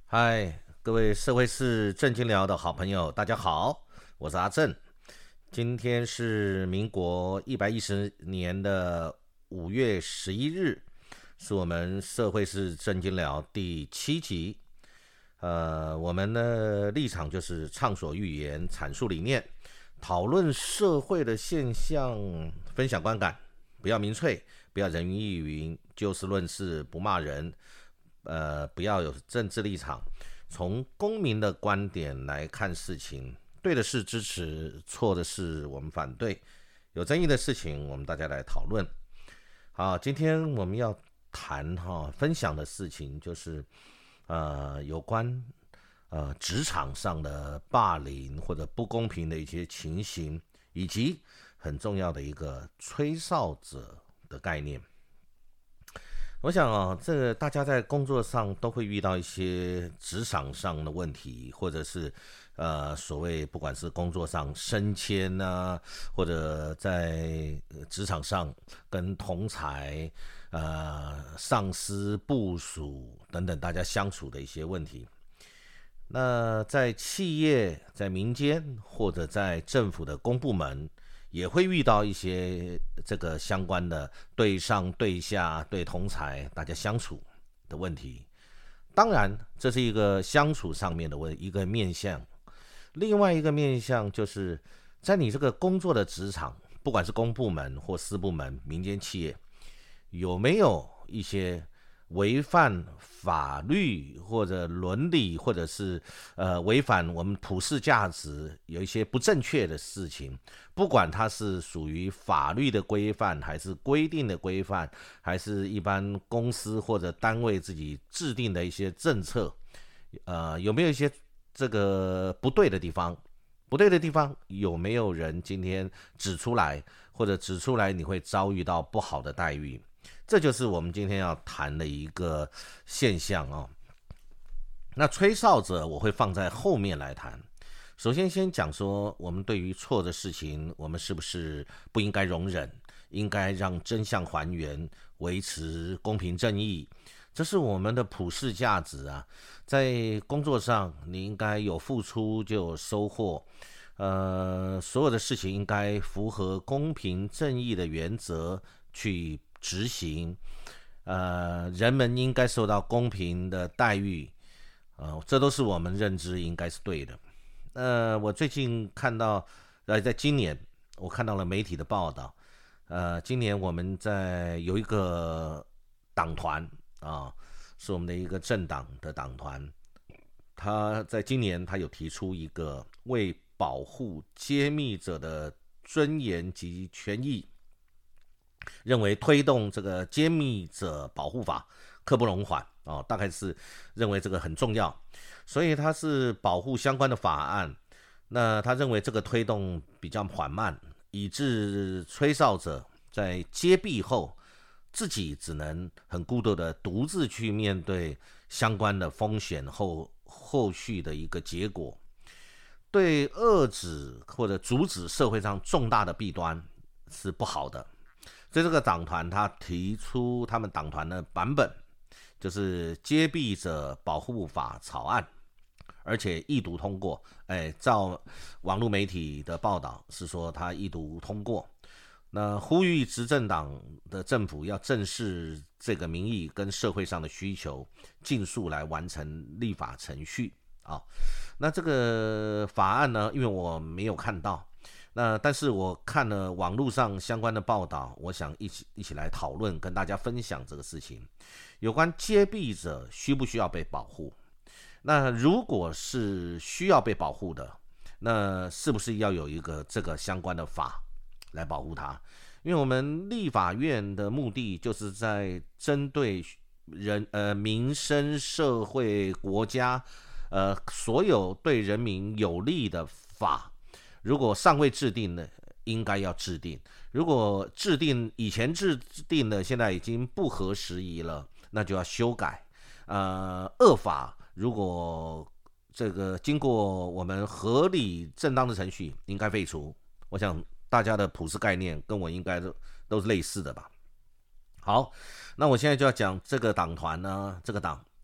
嗨，各位社会是正经聊的好朋友，大家好，我是阿正。今天是民国110年的5月11日，是我们社会是正经聊第7集。我们的立场就是畅所欲言，阐述理念，讨论社会的现象，分享观感，不要民粹，不要人云亦云，就事论事，不骂人。不要有政治立场，从公民的观点来看事情，对的事支持，错的事我们反对，有争议的事情我们大家来讨论。好，今天我们要谈分享的事情就是有关职场上的霸凌或者不公平的一些情形，以及很重要的一个吹哨者的概念。我想这个大家在工作上都会遇到一些职场上的问题，或者是所谓不管是工作上升迁啊，或者在职场上跟同侪、上司、部属等等大家相处的一些问题。那在企业、在民间或者在政府的公部门，也会遇到一些这个相关的对上对下对同侪大家相处的问题。当然这是一个相处上面的一个面向，另外一个面向就是在你这个工作的职场，不管是公部门或私部门、民间企业，有没有一些违反法律或者伦理，或者是违反我们普世价值，有一些不正确的事情，不管它是属于法律的规范，还是规定的规范，还是一般公司或者单位自己制定的一些政策，有没有一些这个不对的地方？不对的地方有没有人今天指出来，或者指出来你会遭遇到不好的待遇？这就是我们今天要谈的一个现象哦。那吹哨者我会放在后面来谈。首先讲说，我们对于错的事情，我们是不是不应该容忍，应该让真相还原，维持公平正义，这是我们的普世价值啊。在工作上你应该有付出就有收获，所有的事情应该符合公平正义的原则去执行，人们应该受到公平的待遇，这都是我们认知应该是对的。我最近看到，在今年我看到了媒体的报道，今年我们在有一个党团是我们的一个政党的党团，他在今年他有提出一个为保护揭密者的尊严及权益，认为推动这个揭密者保护法刻不容缓大概是认为这个很重要，所以他是保护相关的法案。那他认为这个推动比较缓慢，以致吹哨者在揭弊后自己只能很孤独的独自去面对相关的风险后续的一个结果，对遏止或者阻止社会上重大的弊端是不好的。所以这个党团他提出他们党团的版本，就是揭弊者保护法草案，而且一读通过。照网络媒体的报道是说他一读通过。那呼吁执政党的政府要正视这个民意跟社会上的需求，尽速来完成立法程序那这个法案呢，因为我没有看到，但是我看了网络上相关的报道，我想一起来讨论，跟大家分享这个事情。有关揭弊者需不需要被保护？那如果是需要被保护的，那是不是要有一个这个相关的法来保护他？因为我们立法院的目的就是在针对民生、社会、国家所有对人民有利的法，如果尚未制定的，应该要制定；如果以前制定的，现在已经不合时宜了，那就要修改。恶法如果这个经过我们合理正当的程序，应该废除。我想大家的普世概念跟我应该都是类似的吧。好，那我现在就要讲这个党团呢，这个党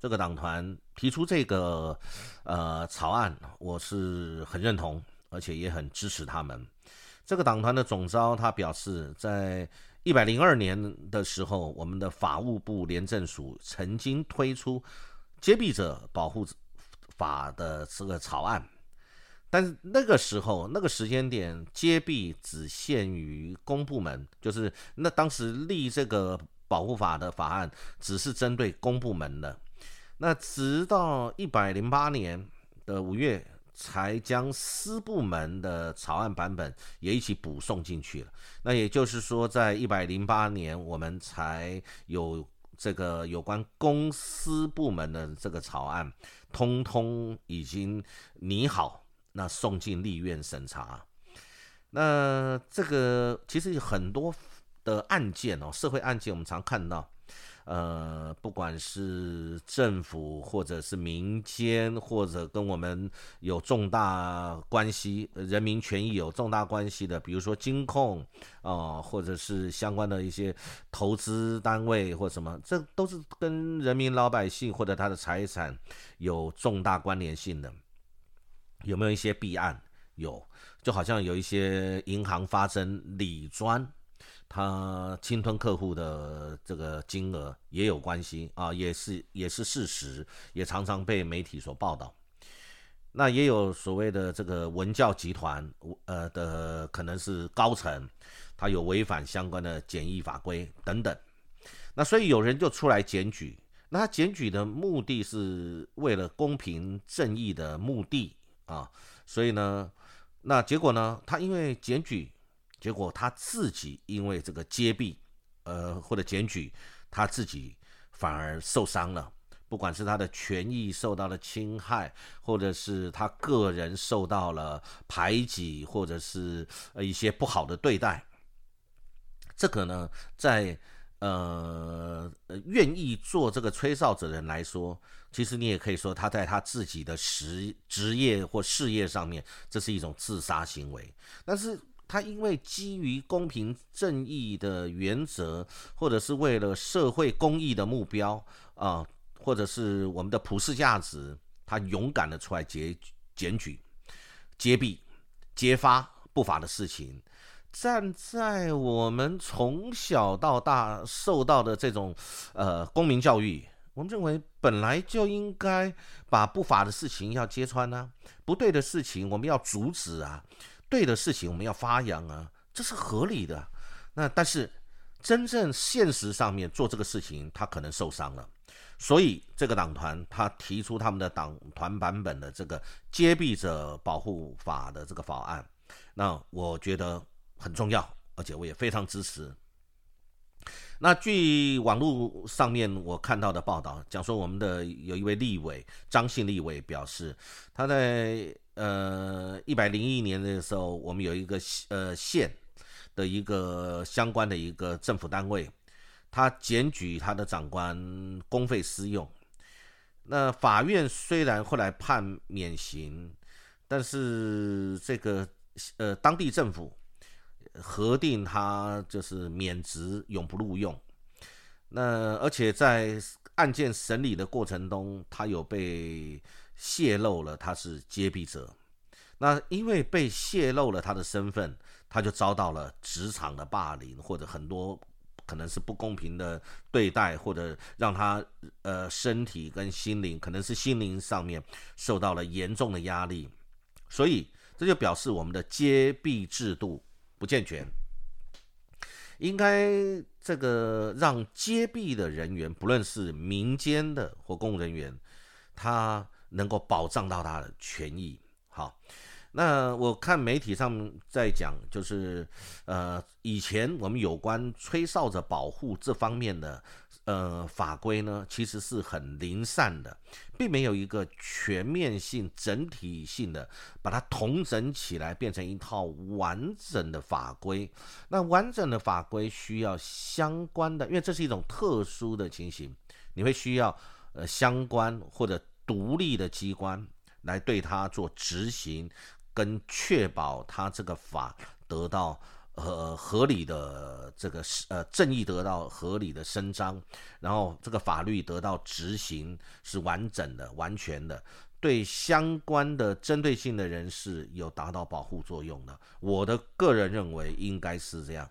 这个党团提出这个草案，我是很认同，而且也很支持他们。这个党团的总召他表示，在102年的时候，我们的法务部廉政署曾经推出揭弊者保护法的这个草案，但是那个时候那个时间点，揭弊只限于公部门，就是那当时立这个保护法的法案只是针对公部门的。那直到108年的5月，才将私部门的草案版本也一起补送进去了。那也就是说，在108年，我们才有这个有关公私部门的这个草案，通通已经拟好，那送进立院审查。那这个其实有很多的案件社会案件我们常看到，不管是政府或者是民间，或者跟我们有重大关系、人民权益有重大关系的，比如说金控或者是相关的一些投资单位或什么，这都是跟人民老百姓或者他的财产有重大关联性的。有没有一些弊案？有，就好像有一些银行发生理专，他侵吞客户的这个金额也有关系也是事实，也常常被媒体所报道。那也有所谓的这个文教集团的可能是高层，他有违反相关的检疫法规等等。那所以有人就出来检举，那他检举的目的是为了公平正义的目的所以呢，那结果呢，他因为检举，结果他自己因为这个揭弊或者检举，他自己反而受伤了，不管是他的权益受到了侵害，或者是他个人受到了排挤，或者是一些不好的对待。这个呢，在愿意做这个吹哨者的人来说，其实你也可以说他在他自己的职业或事业上面，这是一种自杀行为。但是他因为基于公平正义的原则，或者是为了社会公益的目标或者是我们的普世价值，他勇敢的出来检举、揭弊、揭发不法的事情。站在我们从小到大受到的这种公民教育，我们认为本来就应该把不法的事情要揭穿不对的事情我们要阻止对的事情我们要发扬这是合理的。那但是真正现实上面做这个事情，他可能受伤了。所以这个党团他提出他们的党团版本的这个揭弊者保护法的这个法案，那我觉得很重要，而且我也非常支持。那据网络上面我看到的报道讲说，我们的有一位立委张姓立委表示，他在101年的时候，我们有一个县的一个相关的一个政府单位，他检举他的长官公费私用。那法院虽然后来判免刑，但是这个当地政府核定他就是免职，永不录用。那而且在案件审理的过程中，他有被泄露了他是揭弊者。那因为被泄露了他的身份，他就遭到了职场的霸凌，或者很多可能是不公平的对待，或者让他身体跟心灵，可能是心灵上面受到了严重的压力。所以这就表示我们的揭弊制度不健全，应该这个让揭弊的人员，不论是民间的或公务人员，他能够保障到他的权益。好，那我看媒体上在讲，就是以前我们有关吹哨者保护这方面的法规呢，其实是很零散的，并没有一个全面性、整体性的把它统整起来，变成一套完整的法规。那完整的法规需要相关的，因为这是一种特殊的情形，你会需要相关或者独立的机关来对它做执行，跟确保它这个法得到合理的这个正义得到合理的伸张，然后这个法律得到执行是完整的、完全的，对相关的针对性的人士有达到保护作用的。我的个人认为应该是这样。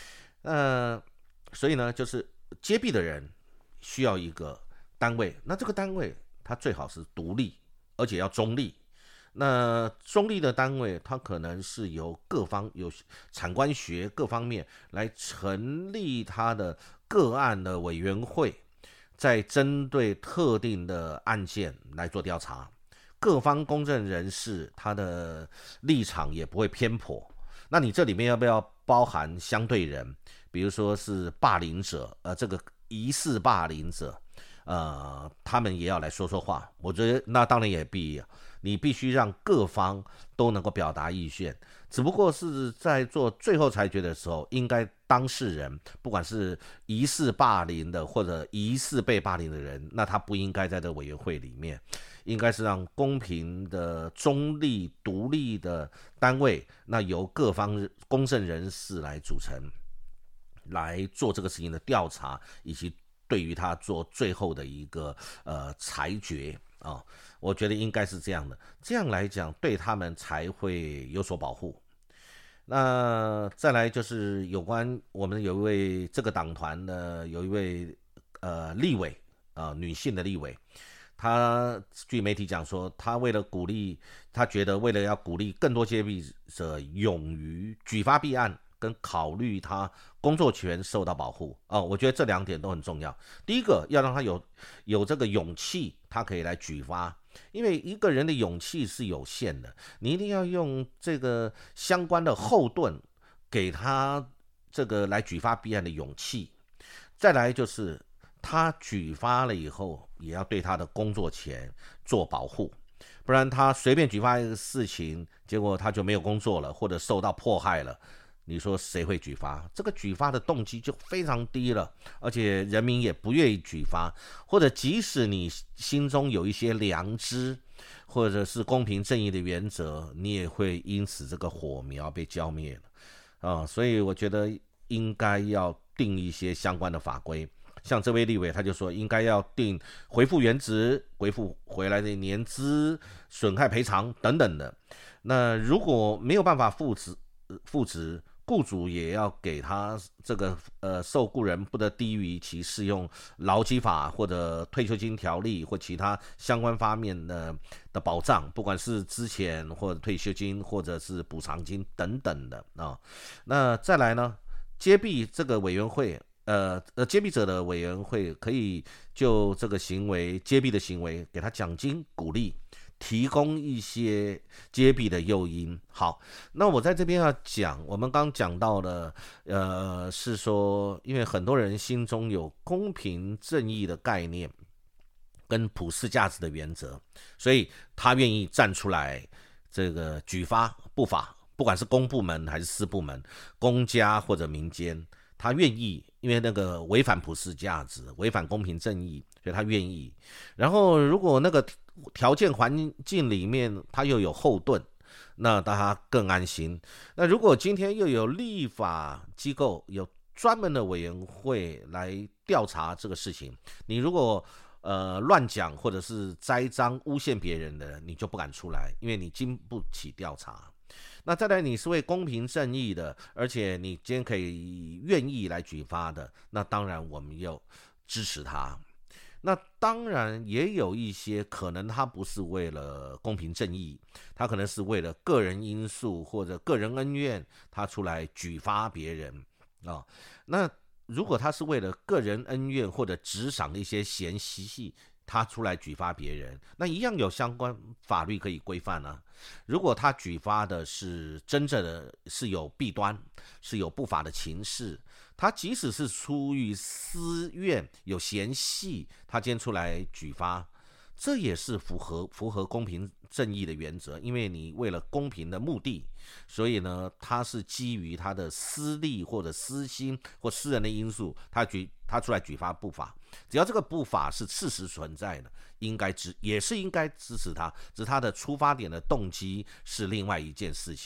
所以呢，就是揭弊的人需要一个单位，那这个单位它最好是独立，而且要中立。那中立的单位，它可能是由各方有产官学各方面来成立它的个案的委员会，在针对特定的案件来做调查，各方公正人士他的立场也不会偏颇。那你这里面要不要包含相对人，比如说是霸凌者，这个疑似霸凌者，他们也要来说说话。我觉得那当然也必要。你必须让各方都能够表达意见，只不过是在做最后裁决的时候，应该当事人，不管是疑似霸凌的或者疑似被霸凌的人，那他不应该在这委员会里面，应该是让公平的、中立、独立的单位，那由各方公正人士来组成，来做这个事情的调查，以及对于他做最后的一个裁决。我觉得应该是这样的，这样来讲对他们才会有所保护。那再来就是有关我们有一位这个党团的有一位立委女性的立委，她据媒体讲说，她觉得为了要鼓励更多揭弊者勇于举发弊案，跟考虑他工作权受到保护我觉得这两点都很重要。第一个，要让他有这个勇气，他可以来举发，因为一个人的勇气是有限的，你一定要用这个相关的后盾给他这个来举发弊案的勇气。再来就是他举发了以后，也要对他的工作权做保护，不然他随便举发一个事情，结果他就没有工作了，或者受到迫害了，你说谁会举发？这个举发的动机就非常低了，而且人民也不愿意举发，或者即使你心中有一些良知，或者是公平正义的原则，你也会因此这个火苗被浇灭了所以我觉得应该要定一些相关的法规。像这位立委他就说，应该要定回复原职、回复回来的年资、损害赔偿等等的。那如果没有办法复职，雇主也要给他这个受雇人不得低于其适用劳基法或者退休金条例或其他相关方面的保障，不管是资遣或者退休金或者是补偿金等等的那再来呢，揭弊这个委员会揭弊者的委员会可以就这个行为揭弊的行为给他奖金鼓励，提供一些揭弊的诱因。好，那我在这边要讲，我们刚讲到的是说，因为很多人心中有公平正义的概念跟普世价值的原则，所以他愿意站出来这个举发不法，不管是公部门还是私部门，公家或者民间，他愿意，因为那个违反普世价值，违反公平正义，所以他愿意。然后如果那个条件环境里面他又有后盾，那大家更安心。那如果今天又有立法机构有专门的委员会来调查这个事情，你如果乱讲或者是栽赃诬陷别人的，你就不敢出来，因为你经不起调查。那再来，你是为公平正义的，而且你今天可以愿意来举发的，那当然我们要支持他。那当然也有一些可能他不是为了公平正义，他可能是为了个人因素或者个人恩怨，他出来举发别人那如果他是为了个人恩怨或者职场的一些嫌隙，他出来举发别人，那一样有相关法律可以规范如果他举发的是真正的是有弊端，是有不法的情事，他即使是出于私怨有嫌隙，他今天出来举发，这也是符合公平正义的原则，因为你为了公平的目的，所以呢，他是基于他的私利或者私心或私人的因素，他出来举发不法，只要这个不法是事实存在的，也是应该支持他，只是他的出发点的动机是另外一件事情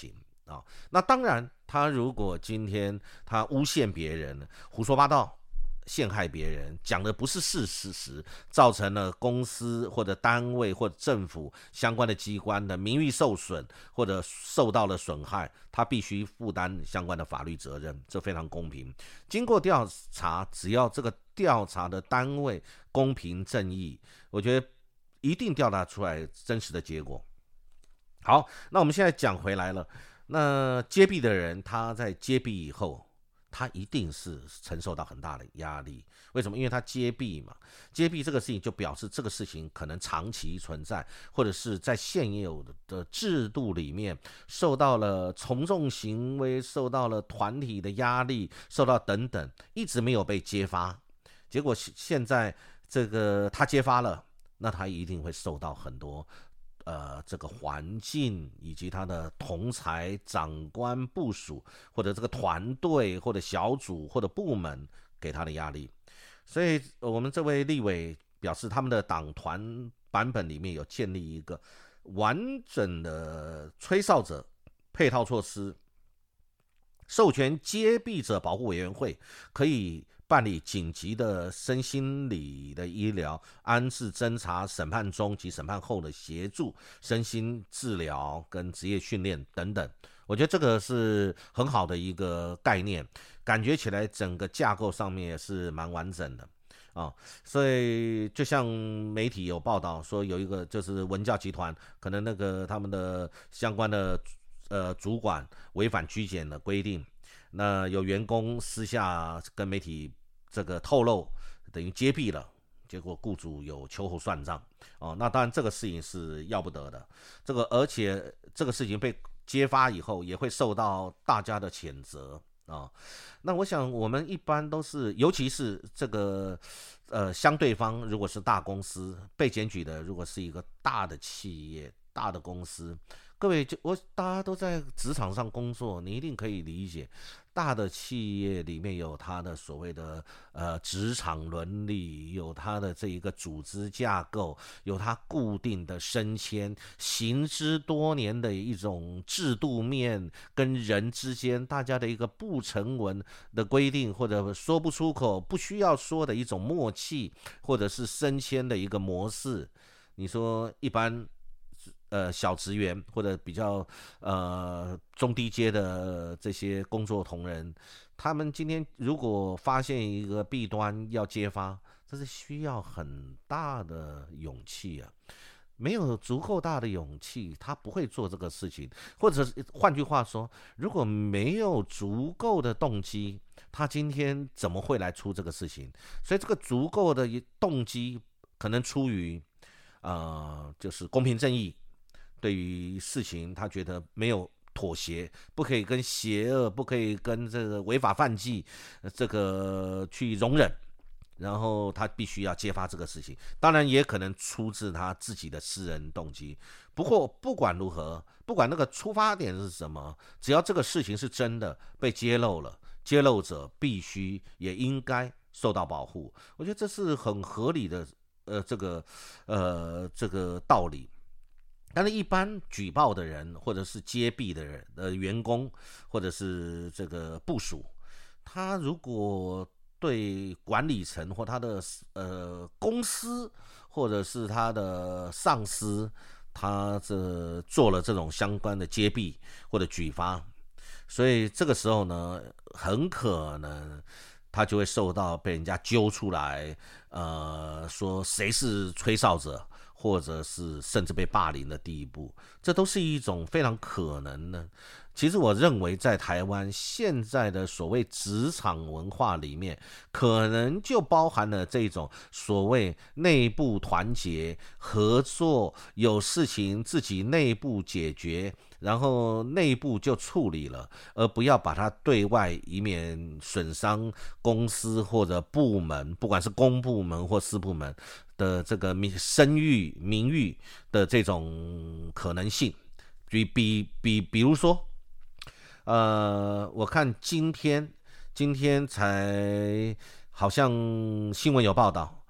啊。那当然，他如果今天他诬陷别人，胡说八道，陷害别人，讲的不是事实，造成了公司或者单位或者政府相关的机关的名誉受损或者受到了损害，他必须负担相关的法律责任，这非常公平。经过调查，只要这个调查的单位公平正义，我觉得一定调查出来真实的结果。好，那我们现在讲回来了，那揭弊的人他在揭弊以后，他一定是承受到很大的压力。为什么？因为他揭弊嘛，揭弊这个事情就表示这个事情可能长期存在，或者是在现有的制度里面受到了从众行为，受到了团体的压力，受到等等，一直没有被揭发。结果现在这个他揭发了，那他一定会受到很多这个环境以及他的同才、长官、部属或者这个团队或者小组或者部门给他的压力。所以我们这位立委表示，他们的党团版本里面有建立一个完整的吹哨者配套措施，授权揭弊者保护委员会可以办理紧急的身心理的医疗、安置、侦查、审判中及审判后的协助、身心治疗跟职业训练等等。我觉得这个是很好的一个概念，感觉起来整个架构上面也是蛮完整的啊。所以就像媒体有报道说，有一个就是文教集团，可能那个他们的相关的主管违反居检的规定。那有员工私下跟媒体这个透露，等于揭弊了，结果雇主有秋后算账哦。那当然这个事情是要不得的，而且这个事情被揭发以后，也会受到大家的谴责啊。那我想我们一般都是，尤其是这个相对方如果是大公司，被检举的如果是一个大的企业、大的公司。各位，大家都在职场上工作，你一定可以理解，大的企业里面有它的所谓的职场伦理，有它的这一个组织架构，有它固定的升迁，行之多年的一种制度面跟人之间大家的一个不成文的规定，或者说不出口、不需要说的一种默契，或者是升迁的一个模式。你说一般小职员或者比较中低阶的这些工作同仁，他们今天如果发现一个弊端要揭发，这是需要很大的勇气啊。没有足够大的勇气，他不会做这个事情。或者换句话说，如果没有足够的动机，他今天怎么会来出这个事情？所以这个足够的动机可能出于就是公平正义。对于事情他觉得没有妥协，不可以跟邪恶，不可以跟这个违法犯纪这个去容忍，然后他必须要揭发这个事情。当然也可能出自他自己的私人动机。不过不管如何，不管那个出发点是什么，只要这个事情是真的被揭露了，揭露者必须也应该受到保护。我觉得这是很合理的这个道理。但是，一般举报的人，或者是揭弊的人员工，或者是这个部属，他如果对管理层或他的公司，或者是他的上司，他做了这种相关的揭弊或者举发，所以这个时候呢，很可能他就会受到被人家揪出来，说谁是吹哨者。或者是甚至被霸凌的地步，这都是一种非常可能的。其实我认为在台湾现在的所谓职场文化里面，可能就包含了这种所谓内部团结合作，有事情自己内部解决，然后内部就处理了，而不要把它对外，以免损伤公司或者部门，不管是公部门或私部门的这个声誉名誉的这种可能性。比如说我看今天才好像新闻有报道，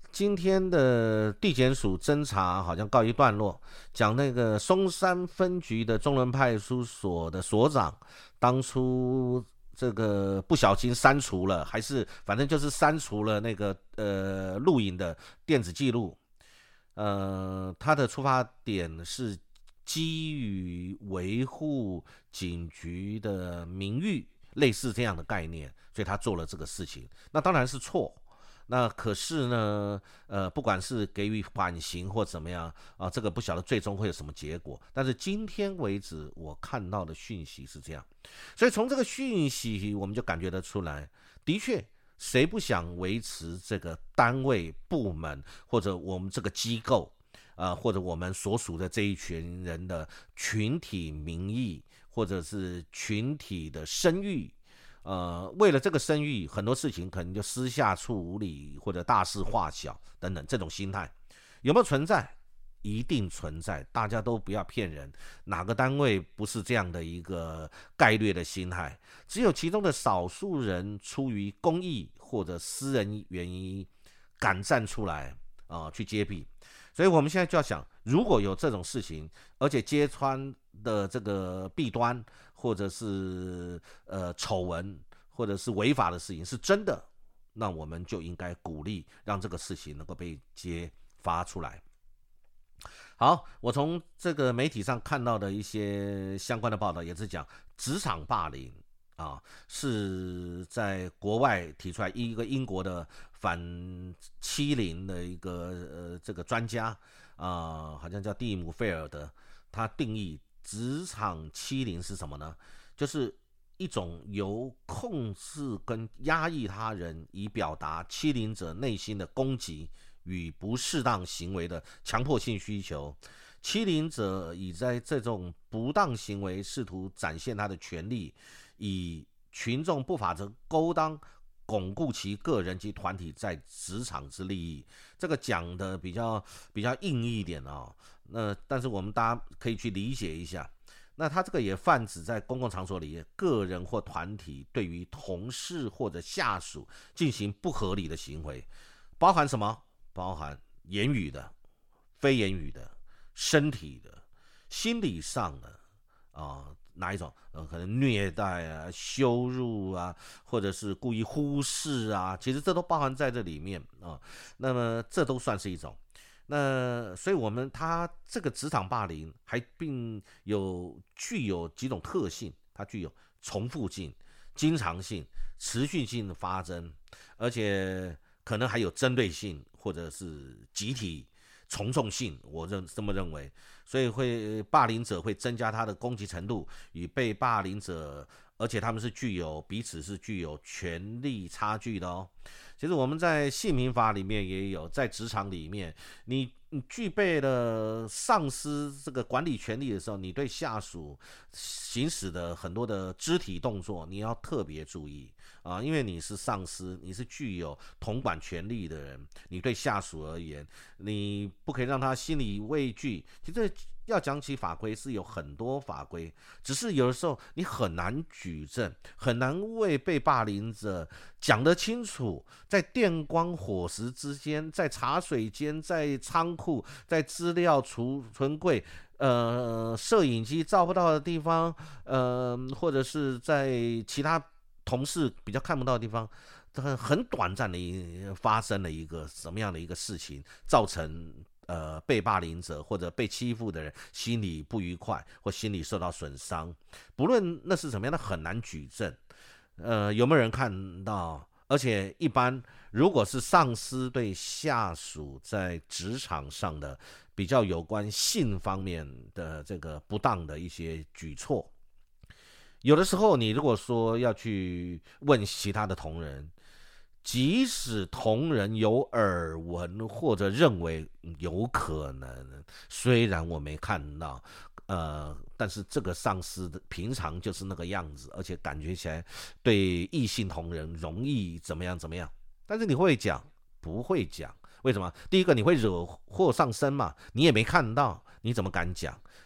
今天的地检署侦查好像告一段落，讲那个松山分局的中仑派出所的所长，当初这个不小心删除了，还是反正就是删除了那个录影的电子记录。他的出发点是基于维护警局的名誉，类似这样的概念，所以他做了这个事情。那当然是错。那可是呢，不管是给予缓刑或怎么样啊，这个不晓得最终会有什么结果。但是今天为止，我看到的讯息是这样，所以从这个讯息我们就感觉得出来，的确，谁不想维持这个单位、部门或者我们这个机构，或者我们所属的这一群人的群体名义，或者是群体的声誉。为了这个声誉，很多事情可能就私下处理或者大事化小等等，这种心态有没有存在？一定存在，大家都不要骗人，哪个单位不是这样的一个概略的心态？只有其中的少数人出于公益或者私人原因敢站出来去揭弊。所以我们现在就要想，如果有这种事情，而且揭穿的这个弊端或者是丑闻或者是违法的事情是真的，那我们就应该鼓励让这个事情能够被揭发出来。好，我从这个媒体上看到的一些相关的报道，也是讲职场霸凌是在国外提出来，一个英国的反欺凌的一个这个专家好像叫蒂姆费尔德，他定义职场欺凌是什么呢？就是一种由控制跟压抑他人，以表达欺凌者内心的攻击与不适当行为的强迫性需求。欺凌者以在这种不当行为试图展现他的权利，以群众不法者勾当，巩固其个人及团体在职场之利益。这个讲的比较硬一点但是我们大家可以去理解一下。那他这个也泛指在公共场所里，个人或团体对于同事或者下属进行不合理的行为，包含什么？包含言语的、非言语的、身体的、心理上的哪一种？可能虐待羞辱或者是故意忽视其实这都包含在这里面那么这都算是一种。那所以他这个职场霸凌还具有几种特性，它具有重复性、经常性、持续性的发生，而且可能还有针对性或者是集体从众性，我这么认为。所以霸凌者会增加他的攻击程度，与被霸凌者，而且他们是彼此是具有权力差距的其实我们在性平法里面也有，在职场里面，你具备了上司这个管理权力的时候，你对下属行使的很多的肢体动作，你要特别注意因为你是上司，你是具有统管权力的人，你对下属而言，你不可以让他心理畏惧。其实要讲起法规是有很多法规，只是有的时候你很难举证，很难为被霸凌者讲得清楚，在电光火石之间，在茶水间，在仓库，在资料储存柜摄影机照不到的地方或者是在其他同事比较看不到的地方，很短暂的发生了一个什么样的一个事情，造成被霸凌者或者被欺负的人心里不愉快或心理受到损伤，不论那是什么样的，很难举证。有没有人看到？而且一般如果是上司对下属在职场上的比较有关性方面的这个不当的一些举措，有的时候你如果说要去问其他的同仁，即使同仁有耳闻或者认为有可能，虽然我没看到但是这个上司平常就是那个样子，而且感觉起来对异性同仁容易怎么样，但是你会讲？不会讲。为什么？第一个，你会惹祸上身嘛，你也没看到，你怎么敢讲？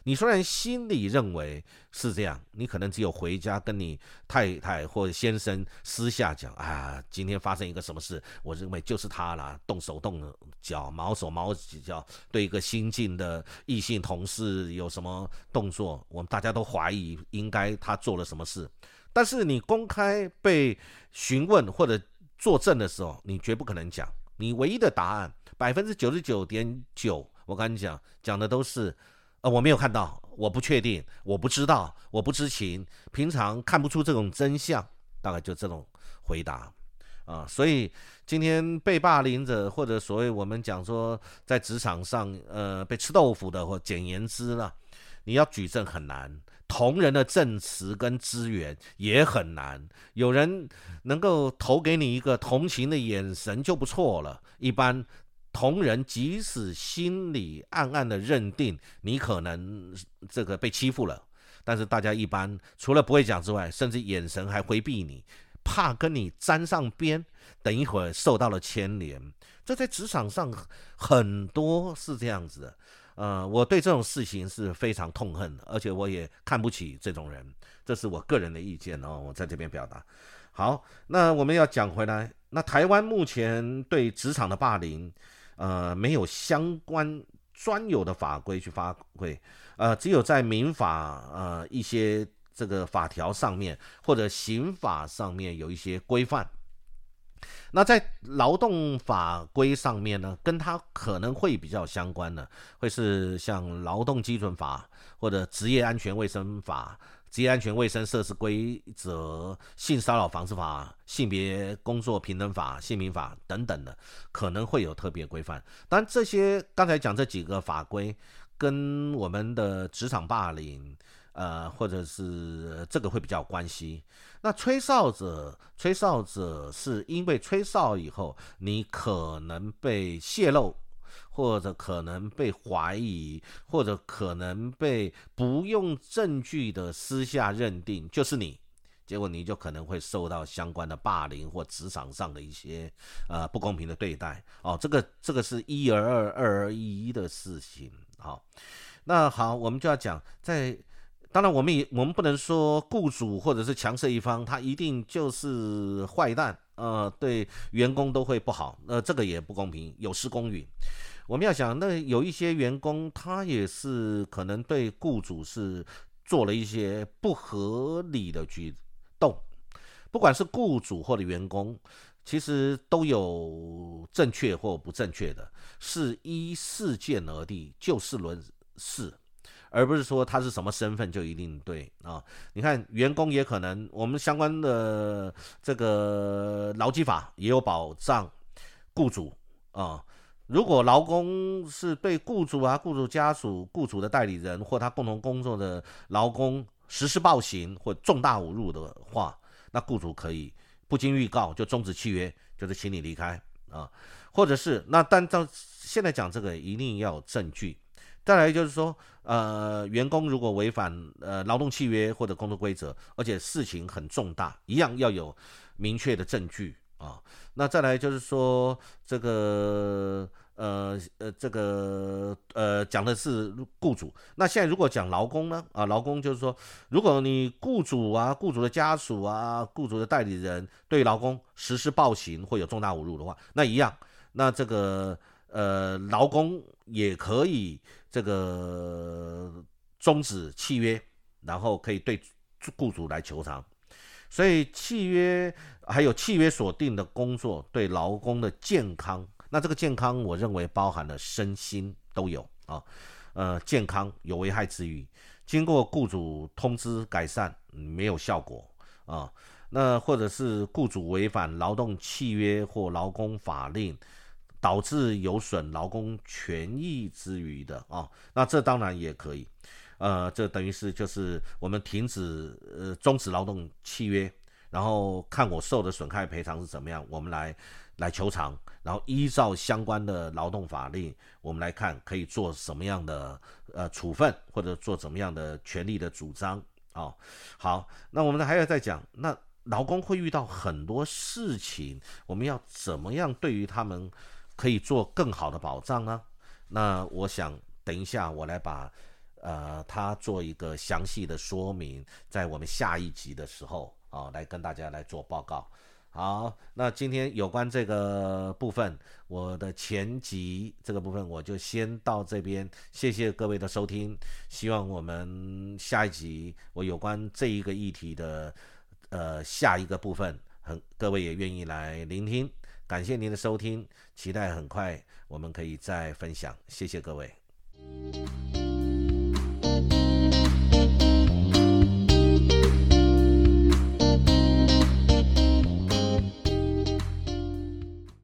你虽然心里认为是这样，你可能只有回家跟你太太或者先生私下讲啊，今天发生一个什么事，我认为就是他啦，动手动脚，毛手毛脚，对一个新进的异性同事有什么动作，我们大家都怀疑应该他做了什么事。但是你公开被询问或者作证的时候，你绝不可能讲，你唯一的答案99.9%，我跟你讲的都是我没有看到，我不确定，我不知道，我不知情，平常看不出这种真相，大概就这种回答所以今天被霸凌者，或者所谓我们讲说在职场上被吃豆腐的，或简言之啦，你要举证很难，同仁的证词跟资源也很难，有人能够投给你一个同情的眼神就不错了，一般同仁即使心里暗暗的认定你可能这个被欺负了，但是大家一般除了不会讲之外，甚至眼神还回避你，怕跟你沾上边，等一会儿受到了牵连。这在职场上很多是这样子的，我对这种事情是非常痛恨的，而且我也看不起这种人，这是我个人的意见我在这边表达。好，那我们要讲回来，那台湾目前对职场的霸凌没有相关专有的法规去发挥，只有在民法一些这个法条上面或者刑法上面有一些规范。那在劳动法规上面呢，跟它可能会比较相关的，会是像劳动基准法或者职业安全卫生法、职业安全卫生设施规则、性骚扰防治法、性别工作平等法、性平法等等的，可能会有特别规范。当然，这些刚才讲这几个法规跟我们的职场霸凌，或者是这个会比较有关系。那吹哨者是因为吹哨以后，你可能被泄露，或者可能被怀疑，或者可能被不用证据的私下认定就是你，结果你就可能会受到相关的霸凌或职场上的一些不公平的对待这个是一而二，二而一的事情。好，那好，我们就要讲当然我们不能说雇主或者是强势一方他一定就是坏蛋对员工都会不好，这个也不公平，有失公允。我们要想，那有一些员工他也是可能对雇主是做了一些不合理的举动，不管是雇主或者员工，其实都有正确或不正确的，是依事件而定，就事论事，而不是说他是什么身份就一定对你看员工也可能，我们相关的这个劳基法也有保障雇主如果劳工是对雇主雇主家属、雇主的代理人或他共同工作的劳工实施暴行或重大侮辱的话，那雇主可以不经预告就终止契约，就是请你离开或者是但到现在讲这个一定要有证据。再来就是说，员工如果违反劳动契约或者工作规则，而且事情很重大，一样要有明确的证据那再来就是说，这个讲的是雇主。那现在如果讲劳工呢劳工就是说，如果你雇主雇主的家属雇主的代理人对劳工实施暴行或有重大侮辱的话，那一样，那这个劳工也可以这个终止契约，然后可以对雇主来求偿。所以契约还有契约所定的工作对劳工的健康，那这个健康我认为包含了身心都有健康有危害之余，经过雇主通知改善没有效果那或者是雇主违反劳动契约或劳工法令，导致有损劳工权益之余的那这当然也可以。这等于是就是我们终止劳动契约，然后看我受的损害赔偿是怎么样，我们来求偿，然后依照相关的劳动法令，我们来看可以做什么样的处分，或者做怎么样的权利的主张好，那我们还要再讲，那劳工会遇到很多事情，我们要怎么样对于他们可以做更好的保障呢？那我想等一下我来把他做一个详细的说明，在我们下一集的时候来跟大家来做报告。好，那今天有关这个部分，我的前集这个部分我就先到这边，谢谢各位的收听。希望我们下一集我有关这一个议题的下一个部分，各位也愿意来聆听。感谢您的收听，期待很快我们可以再分享，谢谢各位。